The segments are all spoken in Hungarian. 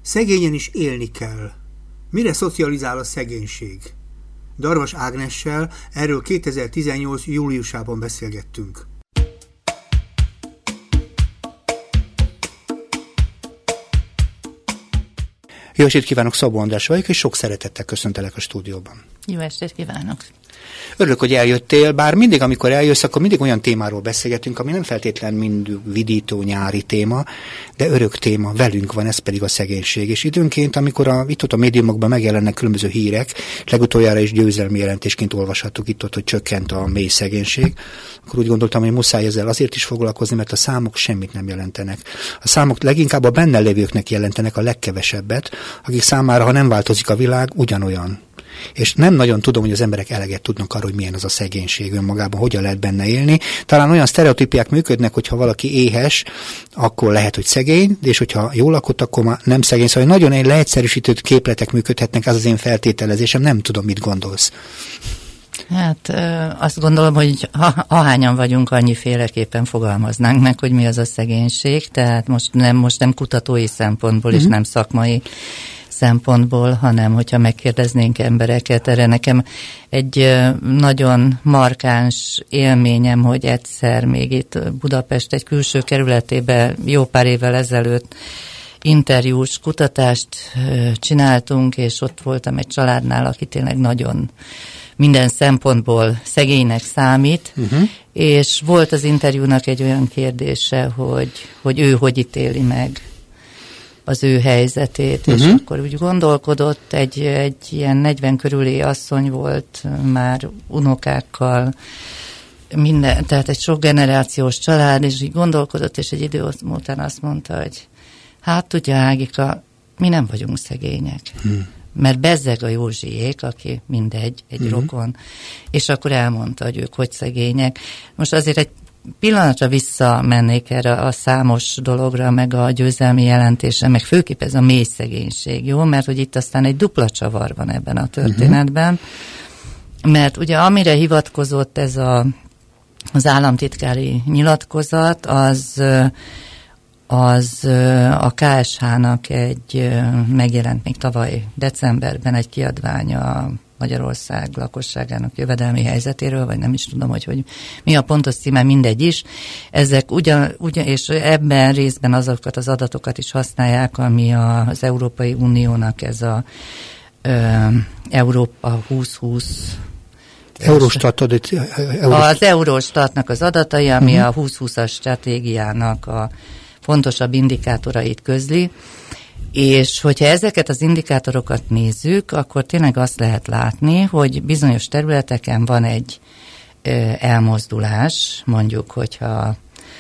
Szegényen is élni kell. Mire szocializál a szegénység? Darvas Ágnessel erről 2018. júliusában beszélgettünk. Jó estét kívánok, Szabó András vagyok, és sok szeretettel köszöntelek a stúdióban. Jó estét kívánok! Örülök, hogy eljöttél, bár mindig, amikor eljössz, akkor mindig olyan témáról beszélgetünk, ami nem feltétlen mindig vidító nyári téma, de örök téma, velünk van, ez pedig a szegénység. És időnként, amikor itt a médiumokban megjelennek különböző hírek, legutoljára is győzelmi jelentésként olvashattuk itt, hogy csökkent a mély szegénység, akkor úgy gondoltam, hogy muszáj ezzel azért is foglalkozni, mert a számok semmit nem jelentenek. A számok leginkább a benne lévőknek jelentenek a legkevesebbet, akik számára, ha nem változik a világ, ugyanolyan. És nem nagyon tudom, hogy az emberek eleget tudnak arról, hogy milyen az a szegénység önmagában, hogyan lehet benne élni. Talán olyan sztereotípiák működnek, hogyha valaki éhes, akkor lehet, hogy szegény, és hogyha jól lakott, akkor már nem szegény. Szóval nagyon leegyszerűsített képletek működhetnek, ez az én feltételezésem, nem tudom, mit gondolsz. Hát azt gondolom, hogy ahányan vagyunk, annyiféleképpen fogalmaznánk meg, hogy mi az a szegénység, tehát most nem kutatói szempontból és nem szakmai szempontból, hanem hogyha megkérdeznénk embereket, erre nekem egy nagyon markáns élményem, hogy egyszer még itt Budapest egy külső kerületében jó pár évvel ezelőtt interjús kutatást csináltunk, és ott voltam egy családnál, aki tényleg nagyon minden szempontból szegénynek számít, és volt az interjúnak egy olyan kérdése, hogy ő hogy ítéli meg az ő helyzetét, és akkor úgy gondolkodott, egy ilyen 40 körüli asszony volt már unokákkal, minden, tehát egy sok generációs család, és így gondolkodott, és egy idő után azt mondta, hogy hát tudja, Ágika, mi nem vagyunk szegények. Mert bezzeg a Józsiék, aki mindegy, egy rokon, és akkor elmondta, hogy ők hogy szegények. Most azért egy pillanatra visszamennék erre a számos dologra, meg a győzelmi jelentésre, meg főképp ez a mély szegénység, jó? Mert hogy itt aztán egy dupla csavar van ebben a történetben, mert ugye amire hivatkozott ez az államtitkári nyilatkozat, az a KSH-nak megjelent még tavaly decemberben egy kiadványa Magyarország lakosságának jövedelmi helyzetéről, vagy nem is tudom, hogy mi a pontos címe, mindegy is. Ezek ugyan, és ebben részben azokat az adatokat is használják, ami az Európai Uniónak ez a Európa 2020 az Eurostatnak az adatai, ami a 2020-as stratégiának a fontosabb indikátorait közli, és hogyha ezeket az indikátorokat nézzük, akkor tényleg azt lehet látni, hogy bizonyos területeken van egy elmozdulás, mondjuk, hogyha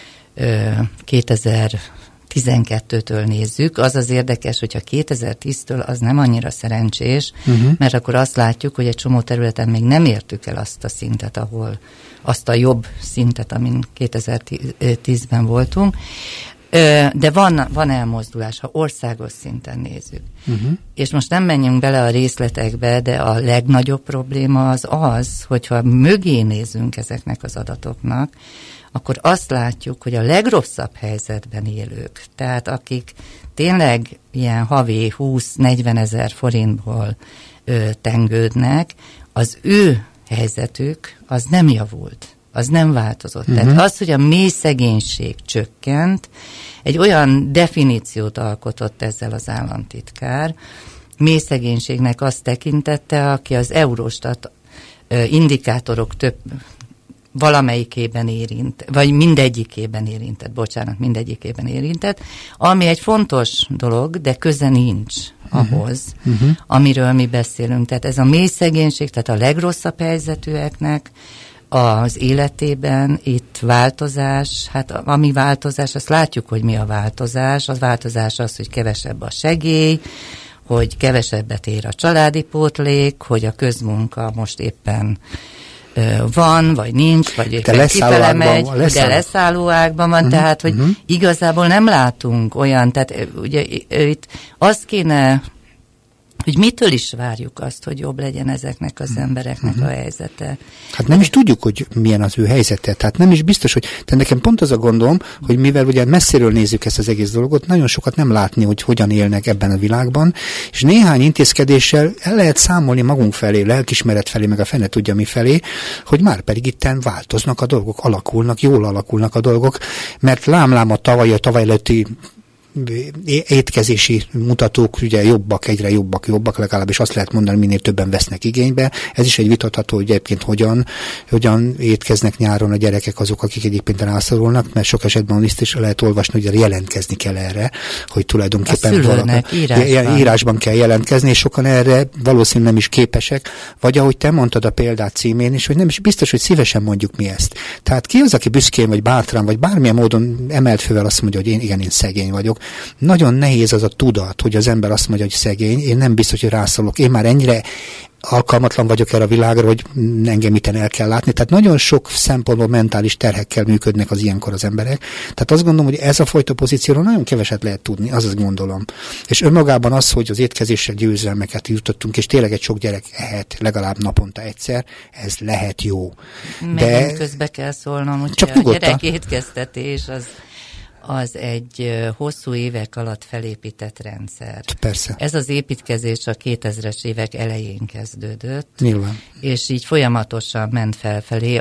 2012-től nézzük, az érdekes, hogyha 2010-től az nem annyira szerencsés, mert akkor azt látjuk, hogy egy csomó területen még nem értük el azt a szintet, azt a jobb szintet, amin 2010-ben voltunk. De van elmozdulás, ha országos szinten nézzük. És most nem menjünk bele a részletekbe, de a legnagyobb probléma az, hogyha mögé nézünk ezeknek az adatoknak, akkor azt látjuk, hogy a legrosszabb helyzetben élők, tehát akik tényleg ilyen havi 20-40 ezer forintból tengődnek, az ő helyzetük az nem javult. Az nem változott. Tehát az, hogy a mély szegénység csökkent, egy olyan definíciót alkotott ezzel az államtitkár, mély szegénységnek azt tekintette, aki az Eurostat indikátorok valamelyikében érint, vagy mindegyikében érintett, ami egy fontos dolog, de köze nincs ahhoz, amiről mi beszélünk. Tehát ez a mély szegénység, tehát a legrosszabb helyzetűeknek az életében itt változás, hát ami változás, azt látjuk, hogy mi a változás. Az változás az, hogy kevesebb a segély, hogy kevesebbet ér a családi pótlék, hogy a közmunka most éppen van, vagy nincs, vagy éppen kifele megy, de leszállóágban van, tehát, hogy igazából nem látunk olyan, tehát ugye itt azt kéne hogy mitől is várjuk azt, hogy jobb legyen ezeknek az embereknek a helyzete. Hát nem is tudjuk, hogy milyen az ő helyzete. Tehát nem is biztos, hogy... Tehát nekem pont az a gondom, hogy mivel ugye messziről nézzük ezt az egész dolgot, nagyon sokat nem látni, hogy hogyan élnek ebben a világban, és néhány intézkedéssel el lehet számolni magunk felé, lelkismeret felé, meg a fene tudja mi felé, hogy már pedig itten változnak a dolgok, alakulnak, jól alakulnak a dolgok, mert lámlám a tavaly előtti étkezési mutatók ugye jobbak, egyre jobbak, legalábbis azt lehet mondani, minél többen vesznek igénybe. Ez is egy vitatható, hogy egyébként hogyan étkeznek nyáron a gyerekek, azok, akik egyébként rászorulnak, mert sok esetben azt is lehet olvasni, hogy jelentkezni kell erre, hogy tulajdonképpen írásban kell jelentkezni, és sokan erre valószínűleg nem is képesek, vagy ahogy te mondtad a példát címén is, hogy nem is biztos, hogy szívesen mondjuk mi ezt. Tehát ki az, aki büszkén, vagy bátran, vagy bármilyen módon emelt fővel azt mondja, hogy én szegény vagyok. Nagyon nehéz az a tudat, hogy az ember azt mondja, hogy szegény, én nem biztos, hogy rászólok. Én már ennyire alkalmatlan vagyok erre a világra, hogy engem itten el kell látni. Tehát nagyon sok szempontból mentális terhekkel működnek az ilyenkor az emberek. Tehát azt gondolom, hogy ez a fajta pozícióról nagyon keveset lehet tudni, azt gondolom. És önmagában az, hogy az étkezéssel győzelmeket jutottunk, és tényleg egy sok gyerek ehet legalább naponta egyszer, ez lehet jó. De közbe kell szólnom, hogy csak a gyerek étkeztetés az egy hosszú évek alatt felépített rendszer. Persze. Ez az építkezés a 2000-es évek elején kezdődött. Nyilván. És így folyamatosan ment felfelé.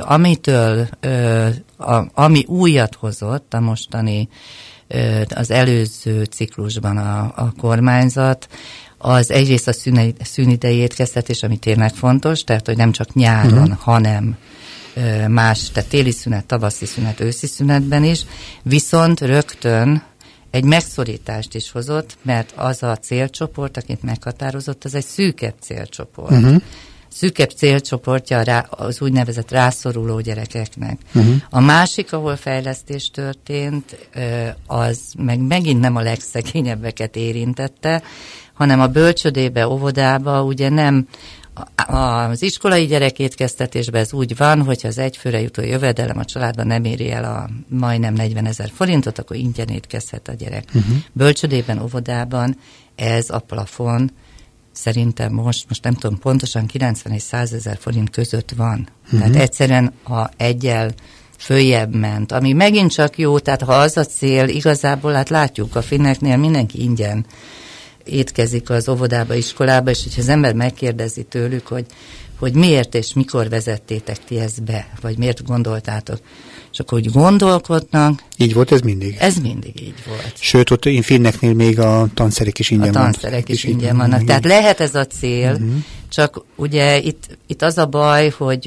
Ami újat hozott a mostani, az előző ciklusban a kormányzat, az egyrészt a szünidei étkeztetés, ami tényleg fontos, tehát hogy nem csak nyáron, hanem más, tehát téli szünet, tavaszi szünet, őszi szünetben is, viszont rögtön egy megszorítást is hozott, mert az a célcsoport, akit meghatározott, az egy szűkebb célcsoport. Szűkebb célcsoportja az úgynevezett rászoruló gyerekeknek. A másik, ahol fejlesztés történt, az megint nem a legszegényebbeket érintette, hanem a bölcsödébe, óvodába ugye nem. Az iskolai gyerekétkeztetésben ez úgy van, hogyha az egyfőre jutó jövedelem a családban nem éri el a majdnem 40 000 forintot, akkor ingyen étkezhet a gyerek. Bölcsödében, óvodában ez a plafon szerintem most nem tudom pontosan, 90 és 100 000 forint között van. Tehát egyszerűen ha egyel följebb ment, ami megint csak jó, tehát ha az a cél, igazából hát látjuk a finneknél mindenki ingyen étkezik az óvodába, iskolába, és hogyha az ember megkérdezi tőlük, hogy miért és mikor vezettétek ti ezt be, vagy miért gondoltátok, és akkor úgy gondolkodnak. Így volt ez mindig? Ez mindig így volt. Sőt, ott finneknél még a tanszerek is ingyen vannak. A tanszerek is ingyen vannak. Tehát lehet ez a cél, csak ugye itt az a baj,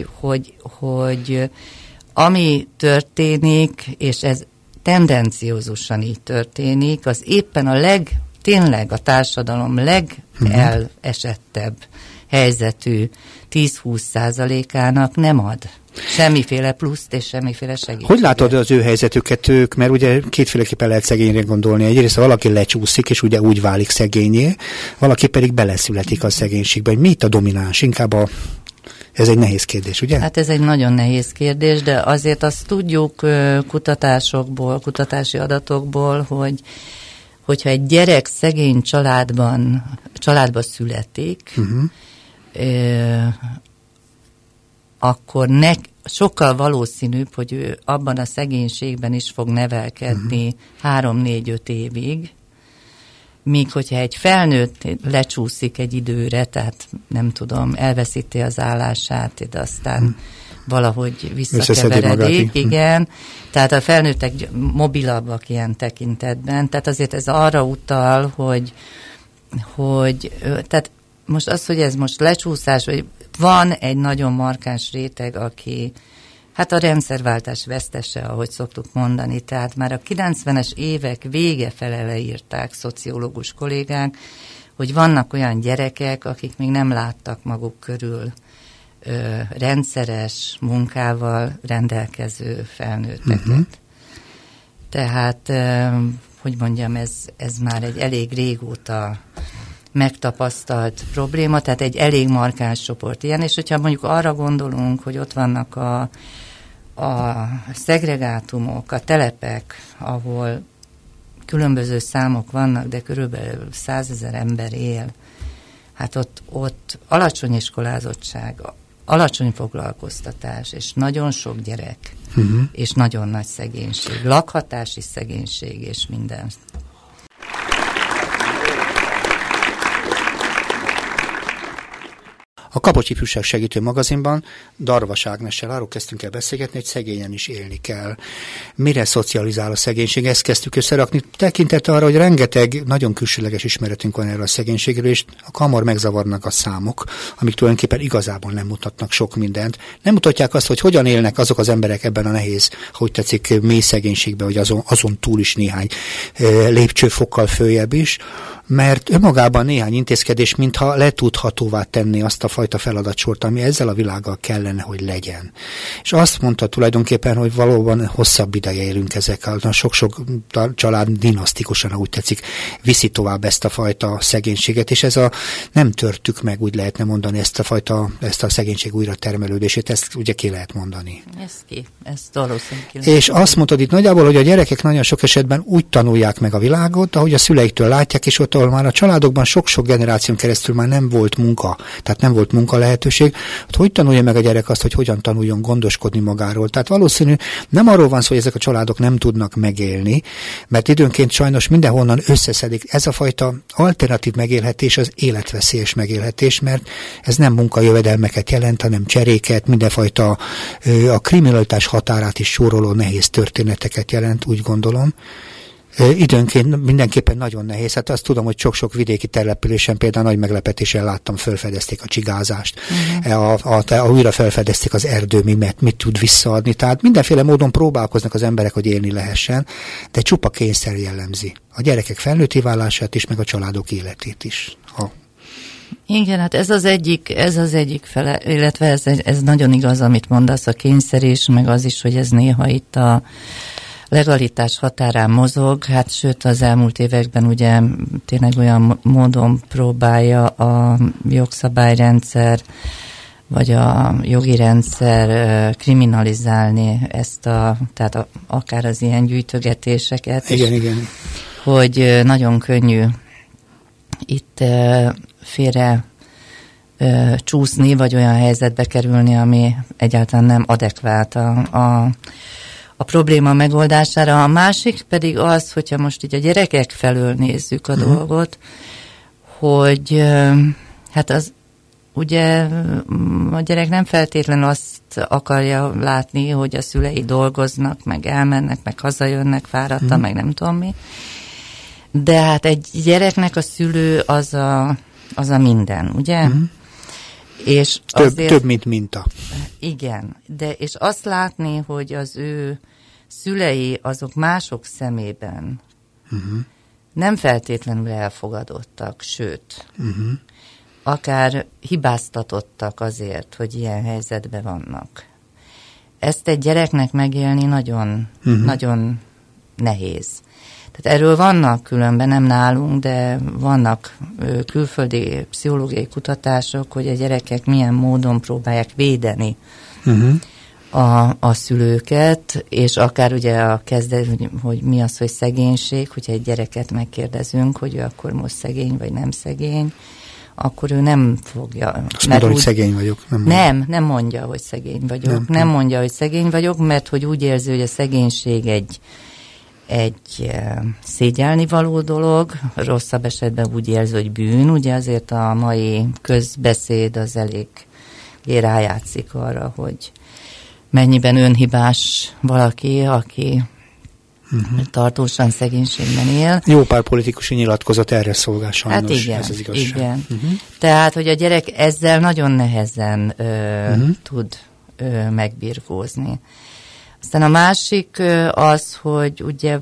hogy ami történik, és ez tendenciózusan így történik, az éppen tényleg a társadalom legelesettebb helyzetű 10-20%-ának nem ad semmiféle pluszt és semmiféle segítséget. Hogy látod az ő helyzetüket ők? Mert ugye kétféleképpen lehet szegényre gondolni. Egyrészt, ha valaki lecsúszik, és ugye úgy válik szegényé, valaki pedig beleszületik a szegénységbe. Mi itt a domináns? Inkább ez egy nehéz kérdés, ugye? Hát ez egy nagyon nehéz kérdés, de azért azt tudjuk kutatási adatokból, hogyha egy gyerek szegény családba születik, akkor sokkal valószínűbb, hogy ő abban a szegénységben is fog nevelkedni 3-4-5 évig, míg hogyha egy felnőtt lecsúszik egy időre, tehát nem tudom, elveszíti az állását, de aztán valahogy visszakeveredik, igen. Tehát a felnőttek mobilabbak ilyen tekintetben. Tehát azért ez arra utal, hogy tehát most az, hogy ez most lecsúszás, vagy van egy nagyon markáns réteg, aki hát a rendszerváltás vesztese, ahogy szoktuk mondani. Tehát már a 90-es évek vége fele leírták szociológus kollégák, hogy vannak olyan gyerekek, akik még nem láttak maguk körül rendszeres munkával rendelkező felnőtteket. Tehát, hogy mondjam, ez már egy elég régóta megtapasztalt probléma, tehát egy elég markáns csoport ilyen, és hogyha mondjuk arra gondolunk, hogy ott vannak a szegregátumok, a telepek, ahol különböző számok vannak, de körülbelül 100 000 ember él, hát ott alacsony iskolázottság, alacsony foglalkoztatás, és nagyon sok gyerek, és nagyon nagy szegénység, lakhatási szegénység, és minden. A Kapocs Ifjúság Segítő Magazinban Darvas Ágnessel arról kezdtünk el beszélgetni, hogy szegényen is élni kell. Mire szocializál a szegénység? Ezt kezdtük összerakni, tekintettel arra, hogy rengeteg nagyon külsőleges ismeretünk van erről a szegénységről, és hamar megzavarnak a számok, amik tulajdonképpen igazából nem mutatnak sok mindent. Nem mutatják azt, hogy hogyan élnek azok az emberek ebben a nehéz, hogy tetszik, mély szegénységben, vagy azon túl is néhány lépcsőfokkal följebb is, mert önmagában néhány intézkedés mintha letudhatóvá tenni azt a fajta feladatsort, ami ezzel a világgal kellene, hogy legyen. És azt mondta tulajdonképpen, hogy valóban hosszabb ideje élünk ezekkel. Sok-sok család dinasztikusan, úgy tetszik, viszi tovább ezt a fajta szegénységet, és nem törtük meg, úgy lehetne mondani, ezt a szegénység újra termelődését, ezt ugye ki lehet mondani. Ezt valószínűleg. És azt mondtad itt nagyjából, hogy a gyerekek nagyon sok esetben úgy tanulják meg a világot, ahogy a szüleiktől látják, és ott, ahol már a családokban sok-sok generáción keresztül már nem volt munka, tehát nem volt munka lehetőség, hogy tanulja meg a gyerek azt, hogy hogyan tanuljon gondoskodni magáról. Tehát valószínű nem arról van szó, hogy ezek a családok nem tudnak megélni, mert időnként sajnos mindenhonnan összeszedik. Ez a fajta alternatív megélhetés az életveszélyes megélhetés, mert ez nem munkajövedelmeket jelent, hanem cseréket, mindenfajta a kriminalitás határát is soroló nehéz történeteket jelent, úgy gondolom. Időnként mindenképpen nagyon nehéz. Hát azt tudom, hogy sok-sok vidéki településen például nagy meglepetéssel láttam, felfedezték a csigázást, újra felfedezték az erdőmimet, mit tud visszaadni. Tehát mindenféle módon próbálkoznak az emberek, hogy élni lehessen, de csupa kényszer jellemzi a gyerekek felnőtté válását is, meg a családok életét is. Igen, hát ez az egyik fele, illetve ez nagyon igaz, amit mondasz, a kényszer is, meg az is, hogy ez néha itt a legalitás határán mozog, hát sőt az elmúlt években ugye tényleg olyan módon próbálja a jogszabályrendszer, vagy a jogi rendszer kriminalizálni tehát akár az ilyen gyűjtögetéseket. Igen. Hogy nagyon könnyű itt félre csúszni, vagy olyan helyzetbe kerülni, ami egyáltalán nem adekvát a probléma megoldására. A másik pedig az, hogyha most így a gyerekek felől nézzük a dolgot, hogy hát az ugye a gyerek nem feltétlenül azt akarja látni, hogy a szülei dolgoznak, meg elmennek, meg hazajönnek fáradtan, meg nem tudom mi. De hát egy gyereknek a szülő az a minden, ugye? És több, mint minta. Igen, és azt látni, hogy az ő szülei azok mások szemében nem feltétlenül elfogadottak, sőt, akár hibáztatottak azért, hogy ilyen helyzetben vannak. Ezt egy gyereknek megélni nagyon, nagyon nehéz. Tehát erről vannak különben, nem nálunk, de vannak külföldi pszichológiai kutatások, hogy a gyerekek milyen módon próbálják védeni a szülőket, és akár ugye a kezdet, hogy mi az, hogy szegénység, hogyha egy gyereket megkérdezünk, hogy ő akkor most szegény, vagy nem szegény, akkor ő nem fogja. Azt mondja, hogy szegény vagyok. Nem mondja, hogy szegény vagyok. Nem mondja, hogy szegény vagyok, mert hogy úgy érzi, hogy a szegénység egy szégyelni való dolog, rosszabb esetben úgy érzi, hogy bűn, ugye azért a mai közbeszéd az elég rájátszik arra, hogy mennyiben önhibás valaki, aki tartósan szegénységben él. Jó pár politikusi nyilatkozat erre szolgál sajnos, hát igen, ez az igazság. Igen. Tehát, hogy a gyerek ezzel nagyon nehezen tud megbirkózni. Aztán a másik az, hogy ugye,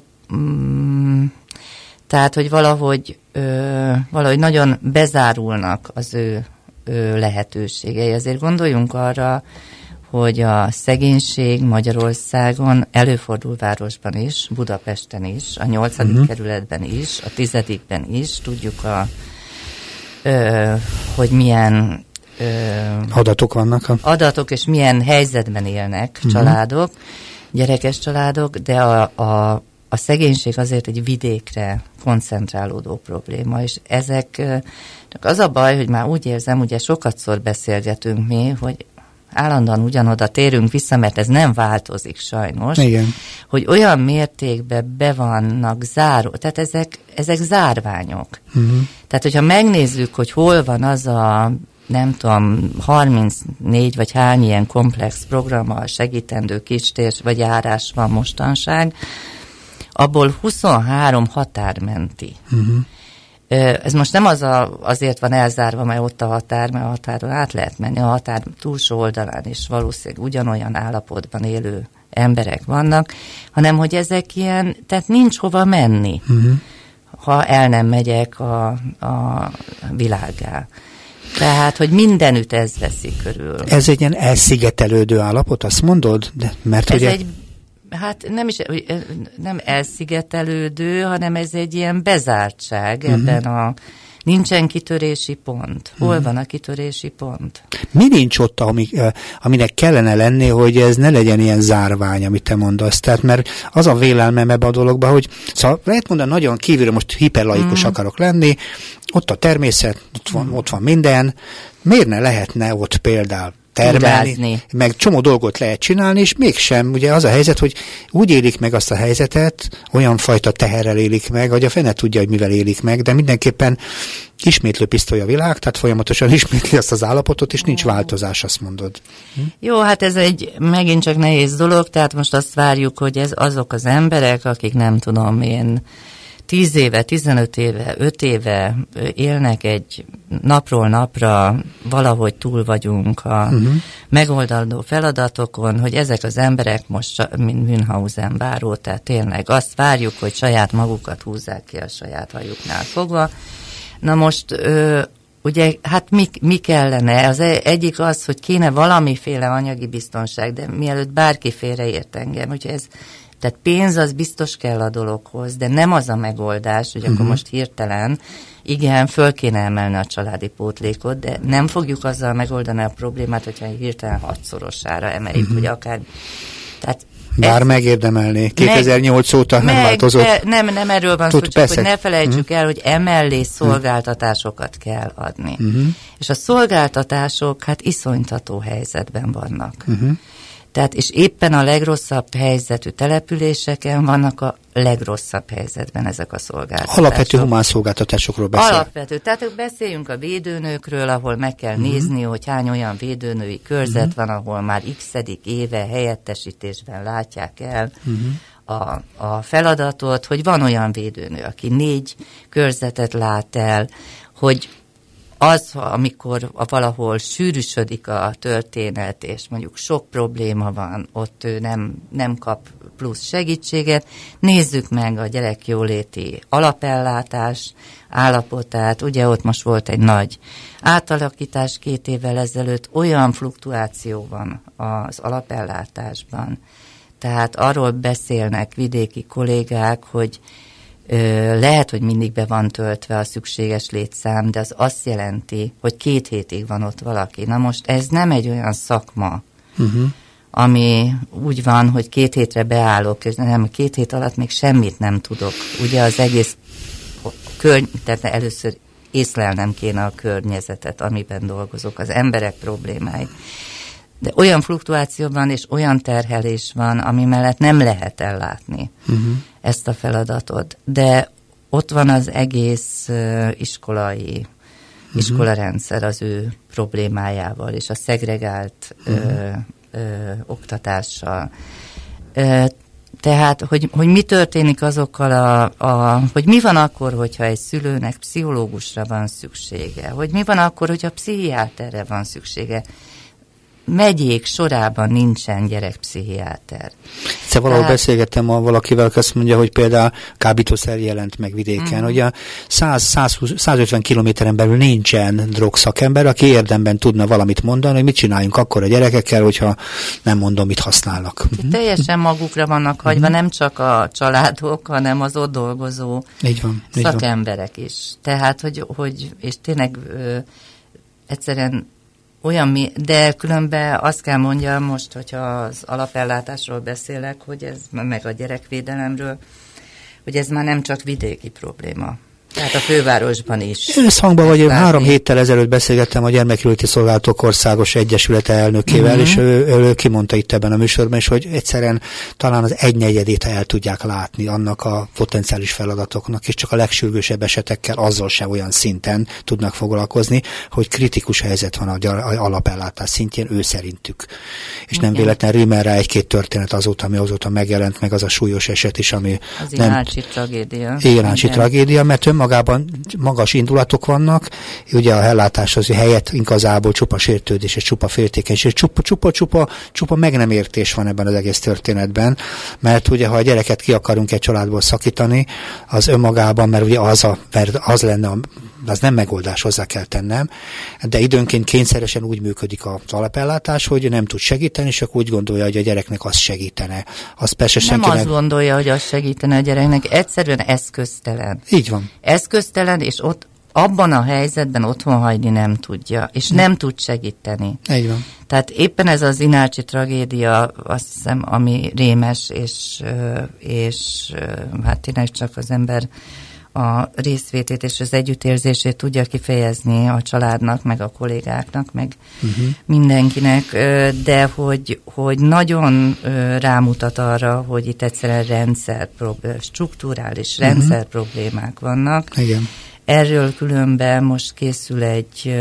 tehát, hogy valahogy nagyon bezárulnak az ő lehetőségei. Azért gondoljunk arra, hogy a szegénység Magyarországon előfordul városban is, Budapesten is, a 8. kerületben is, a 10-ben is. Tudjuk, hogy milyen adatok vannak. Adatok, és milyen helyzetben élnek családok, gyerekes családok, de a szegénység azért egy vidékre koncentrálódó probléma, és ezek, csak az a baj, hogy már úgy érzem, ugye sokatszor beszélgetünk mi, hogy állandóan ugyanoda térünk vissza, mert ez nem változik sajnos, igen, hogy olyan mértékben be vannak tehát ezek zárványok. Tehát, hogyha megnézzük, hogy hol van az a nem tudom, 34 vagy hány ilyen komplex programmal segítendő kistér vagy járás van mostanság, abból 23 határmenti. Ez most nem azért van elzárva, mert ott a határ, mert a határon át lehet menni, a határ túlsó oldalán is valószínűleg ugyanolyan állapotban élő emberek vannak, hanem hogy ezek ilyen, tehát nincs hova menni, ha el nem megyek a világgá. Tehát, hogy mindenütt ez veszi körül. Ez egy ilyen elszigetelődő állapot, azt mondod? Mert ez ugye... Hát nem elszigetelődő, hanem ez egy ilyen bezártság ebben nincsen kitörési pont. Hol van a kitörési pont? Mi nincs ott, aminek kellene lenni, hogy ez ne legyen ilyen zárvány, amit te mondasz? Tehát, mert az a vélelmem ebbe a dologba, hogy szóval lehet mondani, nagyon kívülről most hiperlaikus akarok lenni, ott a természet, ott van minden, miért ne lehetne ott például termelni, tudázni, meg csomó dolgot lehet csinálni, és mégsem, ugye az a helyzet, hogy úgy élik meg azt a helyzetet, olyan fajta teherrel élik meg, hogy a fene tudja, hogy mivel élik meg, de mindenképpen ismétlő pisztoly a világ, tehát folyamatosan ismétli azt az állapotot, és nincs változás, azt mondod. Jó, hát ez egy megint csak nehéz dolog, tehát most azt várjuk, hogy ez azok az emberek, akik nem tudom én 10 éve, 15 éve, 5 éve élnek egy napról napra, valahogy túl vagyunk a megoldandó feladatokon, hogy ezek az emberek most, mint Münchhausen báró, tehát tényleg azt várjuk, hogy saját magukat húzzák ki a saját hajuknál fogva. Na most, ugye, hát mi kellene? Az egyik az, hogy kéne valamiféle anyagi biztonság, de mielőtt bárki félreért engem, hogy tehát pénz az biztos kell a dologhoz, de nem az a megoldás, hogy akkor most hirtelen, igen, föl kéne emelni a családi pótlékot, de nem fogjuk azzal megoldani a problémát, hogyha hirtelen 6-szorosára emeljük, hogy akár... Tehát bár megérdemelné. 2008 óta nem változott. Nem erről van szó, csak hogy ne felejtsük el, hogy emellé szolgáltatásokat kell adni. És a szolgáltatások hát iszonytató helyzetben vannak. Tehát, és éppen a legrosszabb helyzetű településeken vannak a legrosszabb helyzetben ezek a szolgáltatások. Alapvető humán szolgáltatásokról beszél. Alapvető. Tehát beszéljünk a védőnőkről, ahol meg kell nézni, hogy hány olyan védőnői körzet van, ahol már x-edik éve helyettesítésben látják el a feladatot, hogy van olyan védőnő, aki 4 körzetet lát el, hogy az, amikor valahol sűrűsödik a történet, és mondjuk sok probléma van, ott ő nem kap plusz segítséget, nézzük meg a gyerekjóléti alapellátás állapotát. Ugye ott most volt egy nagy átalakítás 2 évvel ezelőtt, olyan fluktuáció van az alapellátásban. Tehát arról beszélnek vidéki kollégák, hogy lehet, hogy mindig be van töltve a szükséges létszám, de az azt jelenti, hogy 2 hétig van ott valaki. Na most ez nem egy olyan szakma, ami úgy van, hogy 2 hétre beállok, és nem, 2 hét alatt még semmit nem tudok. Ugye az egész tehát először észlelnem kéne a környezetet, amiben dolgozok, az emberek problémái. De olyan fluktuáció van, és olyan terhelés van, ami mellett nem lehet ellátni ezt a feladatot. De ott van az egész iskolarendszer az ő problémájával, és a szegregált oktatással. Tehát, hogy mi történik azokkal hogy mi van akkor, hogyha egy szülőnek pszichológusra van szüksége, hogy mi van akkor, hogyha pszichiáterre van szüksége. Megyék sorában nincsen gyerekpszichiáter. Egyszer valahol beszélgettem valakivel, aki azt mondja, hogy például kábítószer jelent meg vidéken, hogy a 150 kilométeren belül nincsen drogszakember, aki érdemben tudna valamit mondani, hogy mit csináljunk akkor a gyerekekkel, hogyha nem mondom, mit használnak. Teljesen magukra vannak hagyva, nem csak a családok, hanem az ott dolgozó szakemberek is. Tehát, hogy és tényleg egyszerűen de különben azt kell mondjam most, hogyha az alapellátásról beszélek, hogy ez meg a gyerekvédelemről, hogy ez már nem csak vidéki probléma. Tehát a fővárosban is. Összhangban vagy, 3 héttel ezelőtt beszélgettem a Gyermekjóléti Szolgálatok Országos Egyesülete elnökével, és ő kimondta itt ebben a műsorban is, hogy egyszerűen talán az 1/4 el tudják látni annak a potenciális feladatoknak, és csak a legsürgősebb esetekkel azzal sem olyan szinten tudnak foglalkozni, hogy kritikus helyzet van a alapellátás szintjén ő szerintük. És nem véletlen rímel rá 1-2 történet ami azóta megjelent, meg az a súlyos eset is, ami az Inácsi tragédia. Inácsi tragédia, mert magában magas indulatok vannak, ugye a ellátáshoz helyett igazából csupa sértődés és csupa féltékenység, csupa meg nem értés van ebben az egész történetben, mert ugye ha a gyereket ki akarunk egy családból szakítani, az önmagában, mert ugye az lenne, az nem megoldás, hozzá kell tennem, de időnként kényszeresen úgy működik az alapellátás, hogy nem tud segíteni, és akkor úgy gondolja, hogy a gyereknek az segítene. Az persze nem azt gondolja, hogy az segítene a gyereknek, egyszerűen eszköztelen. Így van. Eszköztelen, és ott abban a helyzetben otthon hagyni nem tudja, és nem tud segíteni. Így van. Tehát éppen ez az Inácsi tragédia, azt hiszem, ami rémes, és hát tényleg csak az ember a részvétét és az együttérzését tudja kifejezni a családnak, meg a kollégáknak, meg mindenkinek, de hogy nagyon rámutat arra, hogy itt egyszerűen strukturális rendszer problémák vannak. Igen. Erről különben most készül egy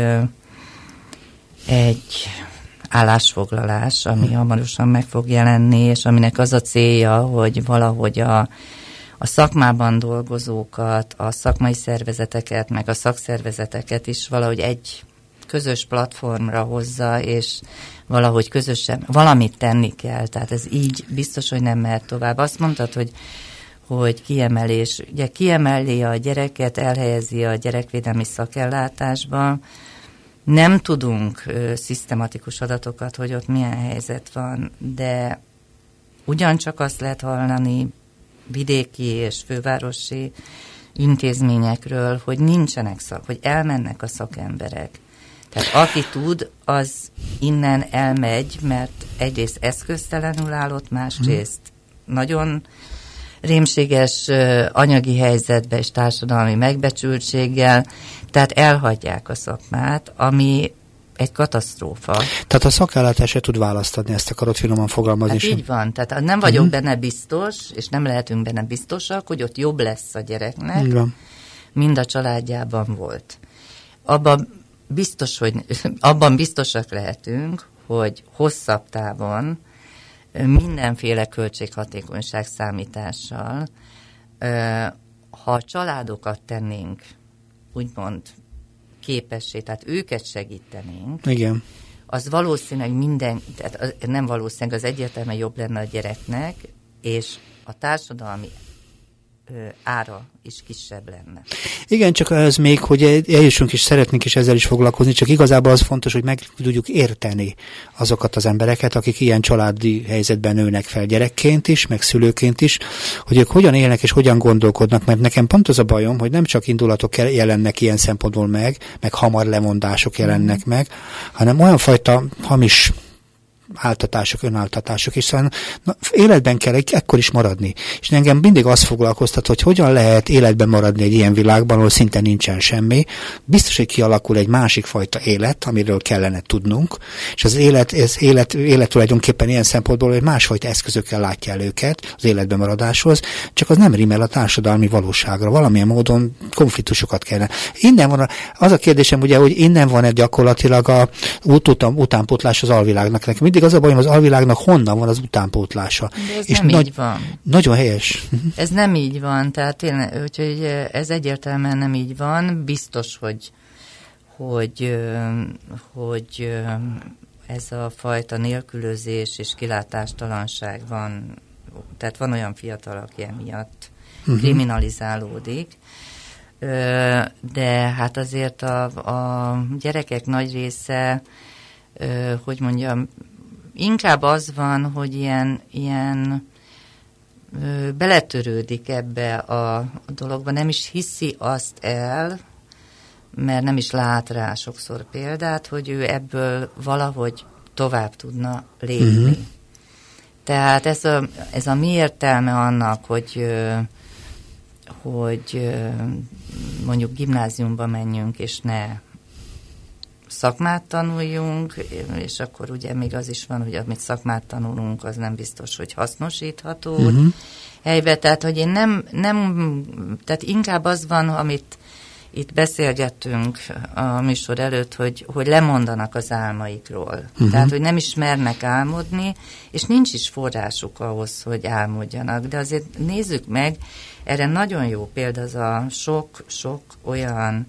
állásfoglalás, ami hamarosan meg fog jelenni, és aminek az a célja, hogy valahogy a szakmában dolgozókat, a szakmai szervezeteket, meg a szakszervezeteket is valahogy egy közös platformra hozza, és valahogy közösen valamit tenni kell. Tehát ez így biztos, hogy nem mehet tovább. Azt mondtad, hogy kiemelés. Ugye kiemeli a gyereket, elhelyezi a gyerekvédelmi szakellátásba. Nem tudunk szisztematikus adatokat, hogy ott milyen helyzet van, de ugyancsak azt lehet hallani vidéki és fővárosi intézményekről, hogy nincsenek hogy elmennek a szakemberek. Tehát aki tud, az innen elmegy, mert egyrészt eszköztelenül állott, másrészt nagyon rémséges anyagi helyzetbe és társadalmi megbecsültséggel, tehát elhagyják a szakmát, ami egy katasztrófa. Tehát a szakellátás se tud választ adni, ezt akarod finoman fogalmazni. Hát így van, tehát nem vagyok benne biztos, és nem lehetünk benne biztosak, hogy ott jobb lesz a gyereknek, mind a családjában volt. Abban biztosak lehetünk, hogy hosszabb távon mindenféle költséghatékonyság számítással, ha a családokat tennénk, úgymond képessé, tehát őket segítenénk, igen, az valószínűleg tehát nem valószínűleg, az egyértelműen jobb lenne a gyereknek, és a társadalmi ára is kisebb lenne. Igen, csak ez még, hogy eljussunk és szeretnénk is ezzel is foglalkozni, csak igazából az fontos, hogy meg tudjuk érteni azokat az embereket, akik ilyen családi helyzetben nőnek fel gyerekként is, meg szülőként is, hogy ők hogyan élnek és hogyan gondolkodnak, mert nekem pont az a bajom, hogy nem csak indulatok jelennek ilyen szempontból meg hamar lemondások jelennek meg, hanem olyan fajta hamis áltatások, önáltatások, és szóval életben kell ekkor is maradni. És engem mindig azt foglalkoztat, hogy hogyan lehet életben maradni egy ilyen világban, ahol szinte nincsen semmi. Biztos, hogy kialakul egy másik fajta élet, amiről kellene tudnunk, és az élet tulajdonképpen ilyen szempontból, hogy másfajta eszközökkel látja el őket az életben maradáshoz, csak az nem rímel a társadalmi valóságra. Valamilyen módon konfliktusokat kellene. Innen van az a kérdésem, ugye, hogy innen van gyakorlatilag a utánpótlás az alvilágnak. Nekem mindig az a bajom, az alvilágnak honnan van az utánpótlása. De ez és nem így van. Nagyon helyes. Ez nem így van, tehát tényleg, úgyhogy ez egyértelműen nem így van. Biztos, hogy ez a fajta nélkülözés és kilátástalanság van, tehát van olyan fiatal, aki emiatt kriminalizálódik, de hát azért a gyerekek nagy része, hogy mondjam, inkább az van, hogy ilyen beletörődik ebbe a dologba, nem is hiszi azt el, mert nem is lát rá sokszor példát, hogy ő ebből valahogy tovább tudna lépni. Tehát ez a mi értelme annak, hogy hogy mondjuk gimnáziumba menjünk, és ne szakmát tanuljunk, és akkor ugye még az is van, hogy amit szakmát tanulunk, az nem biztos, hogy hasznosítható helybe. Tehát, hogy én nem, tehát inkább az van, amit itt beszélgettünk a műsor előtt, hogy lemondanak az álmaikról. Tehát, hogy nem is mernek álmodni, és nincs is forrásuk ahhoz, hogy álmodjanak. De azért nézzük meg, erre nagyon jó példa az a sok olyan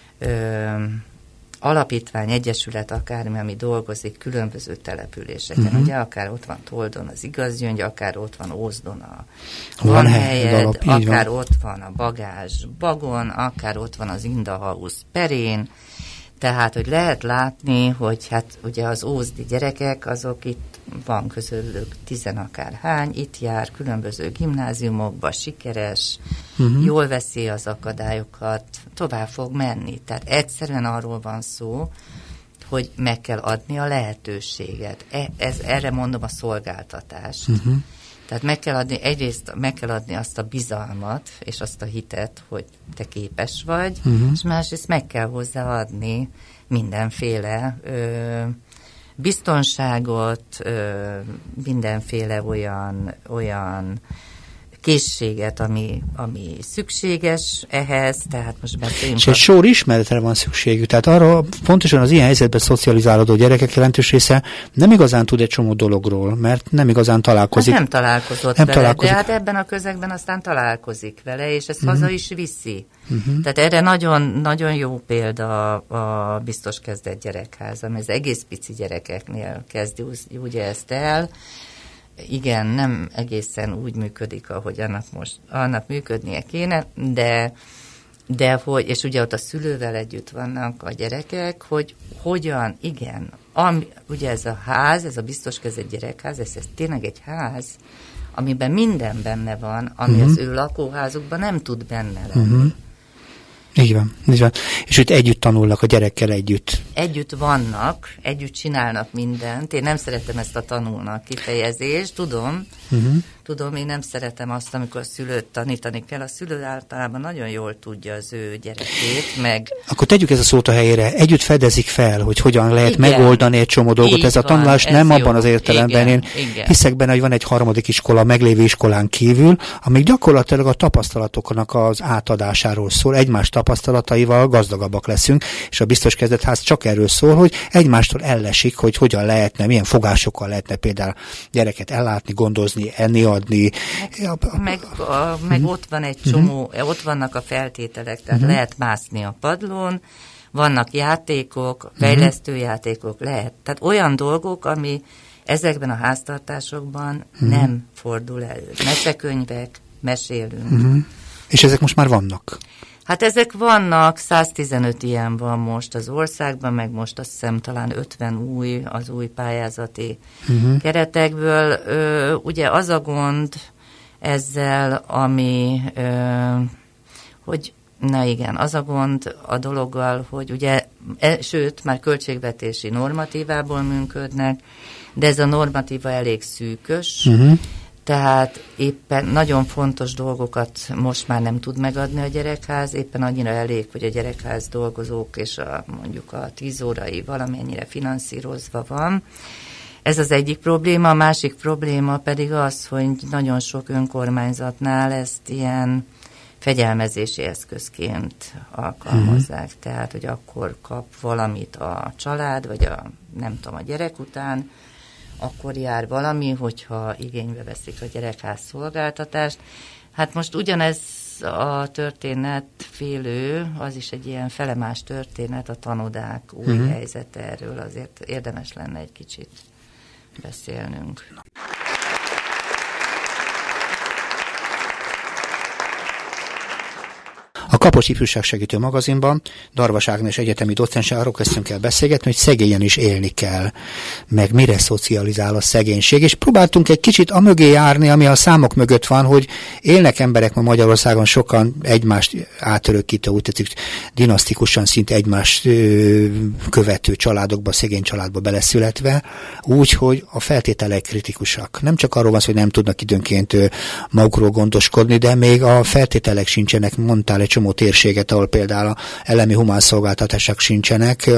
alapítvány, egyesület, akármi, ami dolgozik különböző településeken. Ugye akár ott van Toldon az Igazgyöngy, akár ott van Ózdon a Vanhelyed, akár ott van a Bagázs Bagon, akár ott van az Indahouse Perén. Tehát, hogy lehet látni, hogy hát ugye az ózdi gyerekek, azok itt van közülük 10 akárhány, itt jár különböző gimnáziumokba, sikeres, jól veszi az akadályokat, tovább fog menni. Tehát egyszerűen arról van szó, hogy meg kell adni a lehetőséget. Erre mondom a szolgáltatást. Tehát egyrészt meg kell adni azt a bizalmat, és azt a hitet, hogy te képes vagy, és másrészt meg kell hozzáadni mindenféle biztonságot, mindenféle olyan készséget, ami szükséges ehhez, tehát most beszéljünk. És egy sor ismeretre van szükségük, tehát arra pontosan az ilyen helyzetben szocializálódó gyerekek jelentős része nem igazán tud egy csomó dologról, mert nem igazán találkozik. Hát nem találkozott vele, de hát ebben a közegben aztán találkozik vele, és ezt haza is viszi. Tehát erre nagyon, nagyon jó példa a biztos kezdett gyerekház, ami az egész pici gyerekeknél kezdi ugye ezt el. Igen, nem egészen úgy működik, ahogy annak működnie kéne, de hogy, és ugye ott a szülővel együtt vannak a gyerekek, hogy hogyan, igen, ugye ez a ház, ez a biztos kezdett gyerekház, ez tényleg egy ház, amiben minden benne van, ami az ő lakóházukban nem tud benne lenni. Így van. És itt együtt tanulnak a gyerekkel együtt. Együtt vannak, együtt csinálnak mindent. Én nem szeretem ezt a tanulnak kifejezést, tudom, én nem szeretem azt, amikor a szülőt tanítani kell. A szülő általában nagyon jól tudja az ő gyerekét, meg... Akkor tegyük ezt a szót a helyére. Együtt fedezik fel, hogy hogyan lehet megoldani egy csomó dolgot. Ez a tanulás nem abban az értelemben. Én hiszek benne, hogy van egy harmadik iskola, meglévő iskolán kívül, amíg gyakorlatilag a tapasztalatoknak az átadásáról szól, egymás tapasztalataival gazdagabbak leszünk, és a biztos kezdett ház csak erről szól, hogy egymástól ellesik, hogy hogyan lehetne, milyen fogásokkal lehetne például gyereket ellátni, gondozni, enni, adni. Meg ott van egy csomó, ott vannak a feltételek, tehát lehet mászni a padlón, vannak játékok, fejlesztő játékok, lehet. Tehát olyan dolgok, ami ezekben a háztartásokban nem fordul elő. Mesekönyvek, mesélünk. És ezek most már vannak? Hát ezek vannak, 115 ilyen van most az országban, meg most azt hiszem talán 50 az új pályázati keretekből. Ugye az a gond ezzel, hogy az a gond a dologgal, hogy ugye, sőt, már költségvetési normatívából működnek, de ez a normatíva elég szűkös, tehát éppen nagyon fontos dolgokat most már nem tud megadni a gyerekház, éppen annyira elég, hogy a gyerekház dolgozók és mondjuk a 10 órai valamennyire finanszírozva van. Ez az egyik probléma, a másik probléma pedig az, hogy nagyon sok önkormányzatnál ezt ilyen fegyelmezési eszközként alkalmazzák. Tehát, hogy akkor kap valamit a család, vagy a gyerek után, akkor jár valami, hogyha igénybe veszik a gyerekház szolgáltatást. Hát most ugyanez a történet félő, az is egy ilyen felemás történet, a tanodák új helyzete, erről azért érdemes lenne egy kicsit beszélnünk. A Kapocs Ifjúságsegítő magazinban Darvas Ágnes egyetemi docenssel arról kezdtünk el beszélgetni, hogy szegényen is élni kell, meg mire szocializál a szegénység, és próbáltunk egy kicsit amögé járni, ami a számok mögött van, hogy élnek emberek ma Magyarországon sokan egymást átörökítő, úgy tetszik, dinasztikusan szinte egymást követő családokba, szegény családba beleszületve, úgy, hogy a feltételek kritikusak. Nem csak arról van szó, hogy nem tudnak időnként magukról gondoskodni, de még a feltételek sincsenek. Mondtál egy csomó térséget, ahol például a elemi humán szolgáltatások sincsenek,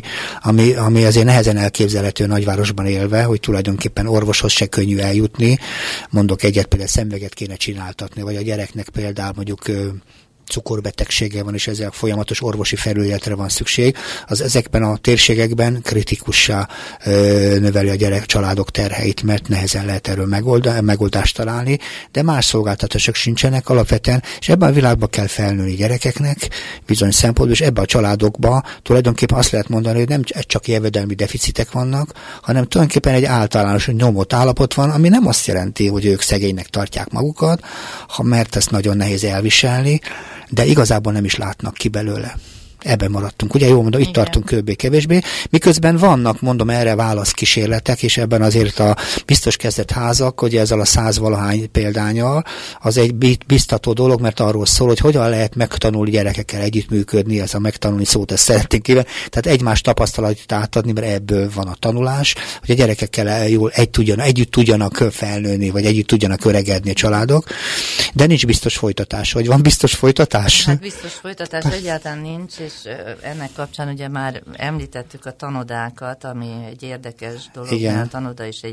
ami azért nehezen elképzelhető nagyvárosban élve, hogy tulajdonképpen orvoshoz se könnyű eljutni. Mondok egyet, például szemüveget kéne csináltatni, vagy a gyereknek például mondjuk cukorbetegsége van, és ezzel folyamatos orvosi felügyeletre van szükség, az ezekben a térségekben kritikussá növeli a családok terheit, mert nehezen lehet erről megoldást találni, de más szolgáltatások sincsenek alapvetően, és ebben a világban kell felnőni gyerekeknek, bizonyos szempontból, és ebben a családokban tulajdonképpen azt lehet mondani, hogy nem csak jövedelmi deficitek vannak, hanem tulajdonképpen egy általános nyomott állapot van, ami nem azt jelenti, hogy ők szegénynek tartják magukat, mert ezt nagyon nehéz elviselni, de igazából nem is látnak ki belőle. Ebben maradtunk. Ugye jól mondom, itt tartunk kevésbé. Miközben vannak, mondom, erre válaszkísérletek, és ebben azért a biztos kezdett házak, hogy ezzel a 100-valahány példánnyal, az egy biztató dolog, mert arról szól, hogy hogyan lehet megtanulni gyerekekkel együttműködni, ez a megtanulni szót, ezt szeretnénk kívánni, tehát egymás tapasztalatot átadni, mert ebből van a tanulás, hogy a gyerekekkel jól együtt tudjanak felnőni, vagy együtt tudjanak öregedni a családok, de nincs biztos folytatás. Vagy van biztos folytatás? Hát biztos folytatás egyáltalán nincs, és ennek kapcsán ugye már említettük a tanodákat, ami egy érdekes dolog, mert a tanoda is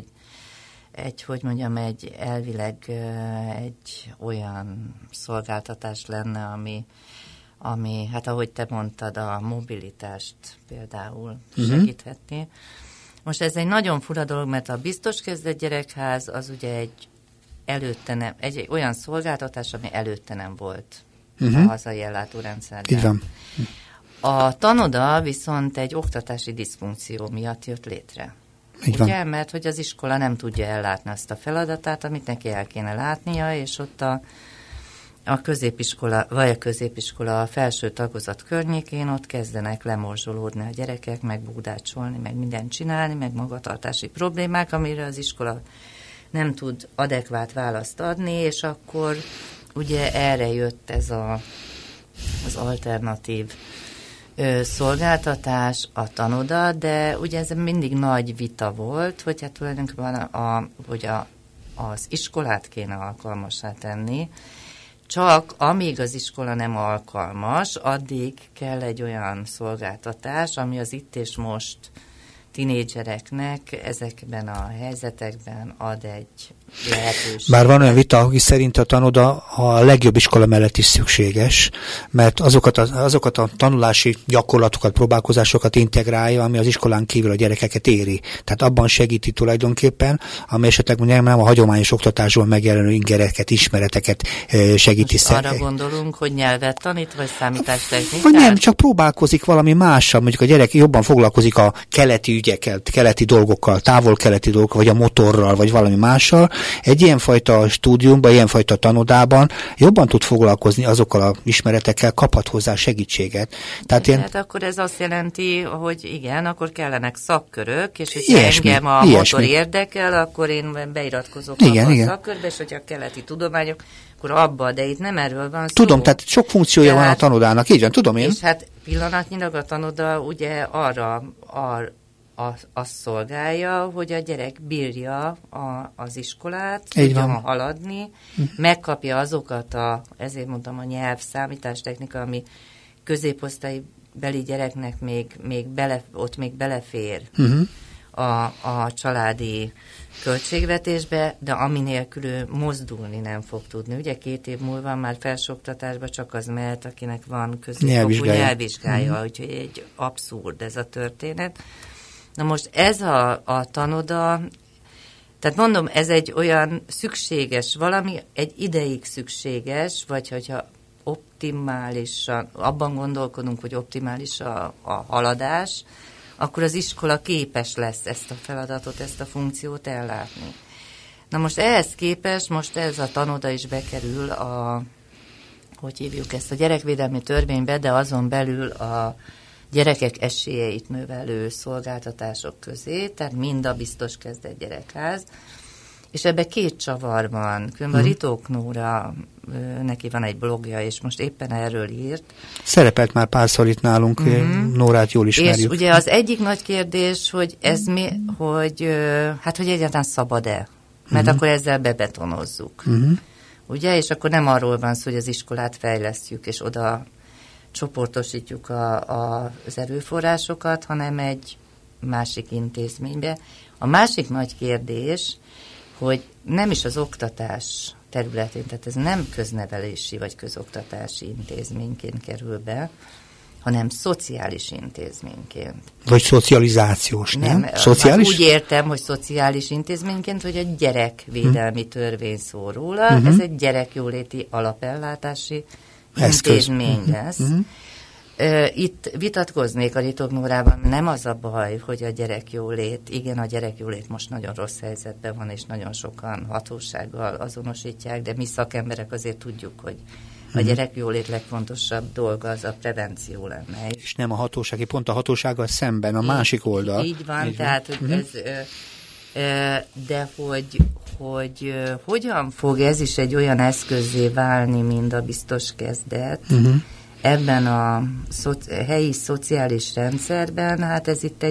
hogy mondjam, elvileg egy olyan szolgáltatás lenne, ami, hát ahogy te mondtad, a mobilitást például segíthetné. Most ez egy nagyon fura dolog, mert a biztos kezdett gyerekház az ugye egy olyan szolgáltatás, ami előtte nem volt a hazai ellátórendszerben. Így van. A tanoda viszont egy oktatási diszfunkció miatt jött létre. Így ugye? van. Mert hogy az iskola nem tudja ellátni azt a feladatát, amit neki el kéne látnia, és ott a középiskola a felső tagozat környékén ott kezdenek lemorzsolódni a gyerekek, meg búdácsolni, meg mindent csinálni, meg magatartási problémák, amire az iskola nem tud adekvát választ adni, és akkor ugye erre jött ez az alternatív szolgáltatás, a tanoda, de ugye ez mindig nagy vita volt, hogy hát tulajdonképpen az iskolát kéne alkalmassá tenni, csak amíg az iskola nem alkalmas, addig kell egy olyan szolgáltatás, ami az itt és most tinédzsereknek ezekben a helyzetekben ad egy lehetőség. Bár van olyan vita, hogy szerint a tanoda a legjobb iskola mellett is szükséges, mert azokat a tanulási gyakorlatokat, próbálkozásokat integrálja, ami az iskolán kívül a gyerekeket éri. Tehát abban segíti tulajdonképpen, ami esetleg nem a hagyományos oktatásból megjelenő ingereket, ismereteket segíti. Most arra gondolunk, hogy nyelvet tanít, vagy számítástechnikát? Vagy nem, csak próbálkozik valami mással, mondjuk a gyerek jobban foglalkozik a keleti ügyekkel, keleti dolgokkal, távol-keleti dolgokkal, vagy a motorral, vagy valami mással. Egy ilyenfajta stúdiumban, ilyenfajta tanodában jobban tud foglalkozni azokkal a ismeretekkel, kaphat hozzá segítséget. Tehát akkor ez azt jelenti, hogy igen, akkor kellenek szakkörök, és hogyha engem a motor érdekel, akkor én beiratkozok a szakkörbe, és hogyha keleti tudományok, akkor abba, de itt nem erről van szó. Tudom, tehát sok funkciója van a tanodának, így van, tudom én. És hát pillanatnyilag a tanoda ugye arra azt szolgálja, hogy a gyerek bírja az iskolát, tudjon haladni, megkapja azokat ezért mondtam a nyelv, számítástechnika, ami középosztálybeli gyereknek még belefér a családi költségvetésbe, de ami nélkül ő mozdulni nem fog tudni. Ugye 2 év múlva már felsőoktatásba csak az mehet, akinek van középfokú nyelvvizsgája, úgyhogy egy abszurd ez a történet. Na most ez a tanoda, tehát mondom, ez egy olyan szükséges valami, egy ideig szükséges, vagy hogyha optimálisan, abban gondolkodunk, hogy optimális a haladás, akkor az iskola képes lesz ezt a feladatot, ezt a funkciót ellátni. Na most ehhez képest, most ez a tanoda is bekerül hogy hívjuk ezt, a gyerekvédelmi törvénybe, de azon belül a gyerekek esélyeit növelő szolgáltatások közé, tehát mind a biztos kezdett gyerekház, és ebbe 2 csavar van. Különben Ritók Nóra, neki van egy blogja, és most éppen erről írt. Szerepelt már párszor itt nálunk, Nórát jól ismerjük. És ugye az egyik nagy kérdés, hogy ez hogy egyáltalán szabad-e? Mert akkor ezzel bebetonozzuk. Ugye? És akkor nem arról van szó, hogy az iskolát fejlesztjük, és oda csoportosítjuk az erőforrásokat, hanem egy másik intézménybe. A másik nagy kérdés, hogy nem is az oktatás területén, tehát ez nem köznevelési vagy közoktatási intézményként kerül be, hanem szociális intézményként. Vagy szocializációs, nem? Szociális? Hát úgy értem, hogy szociális intézményként, hogy a gyerekvédelmi törvény szól róla, ez egy gyerekjóléti alapellátási intézmény lesz. Itt vitatkoznék a Ritók Nórában, nem az a baj, hogy a gyerekjólét, igen, a gyerekjólét most nagyon rossz helyzetben van, és nagyon sokan hatósággal azonosítják, de mi szakemberek azért tudjuk, hogy a gyerekjólét legfontosabb dolga az a prevenció lenne. És nem a hatósági, pont a hatósággal szemben, a másik oldal. Így van, tehát hogy ez, de hogy hogyan fog ez is egy olyan eszközzé válni, mint a biztos kezdet, ebben a helyi szociális rendszerben, hát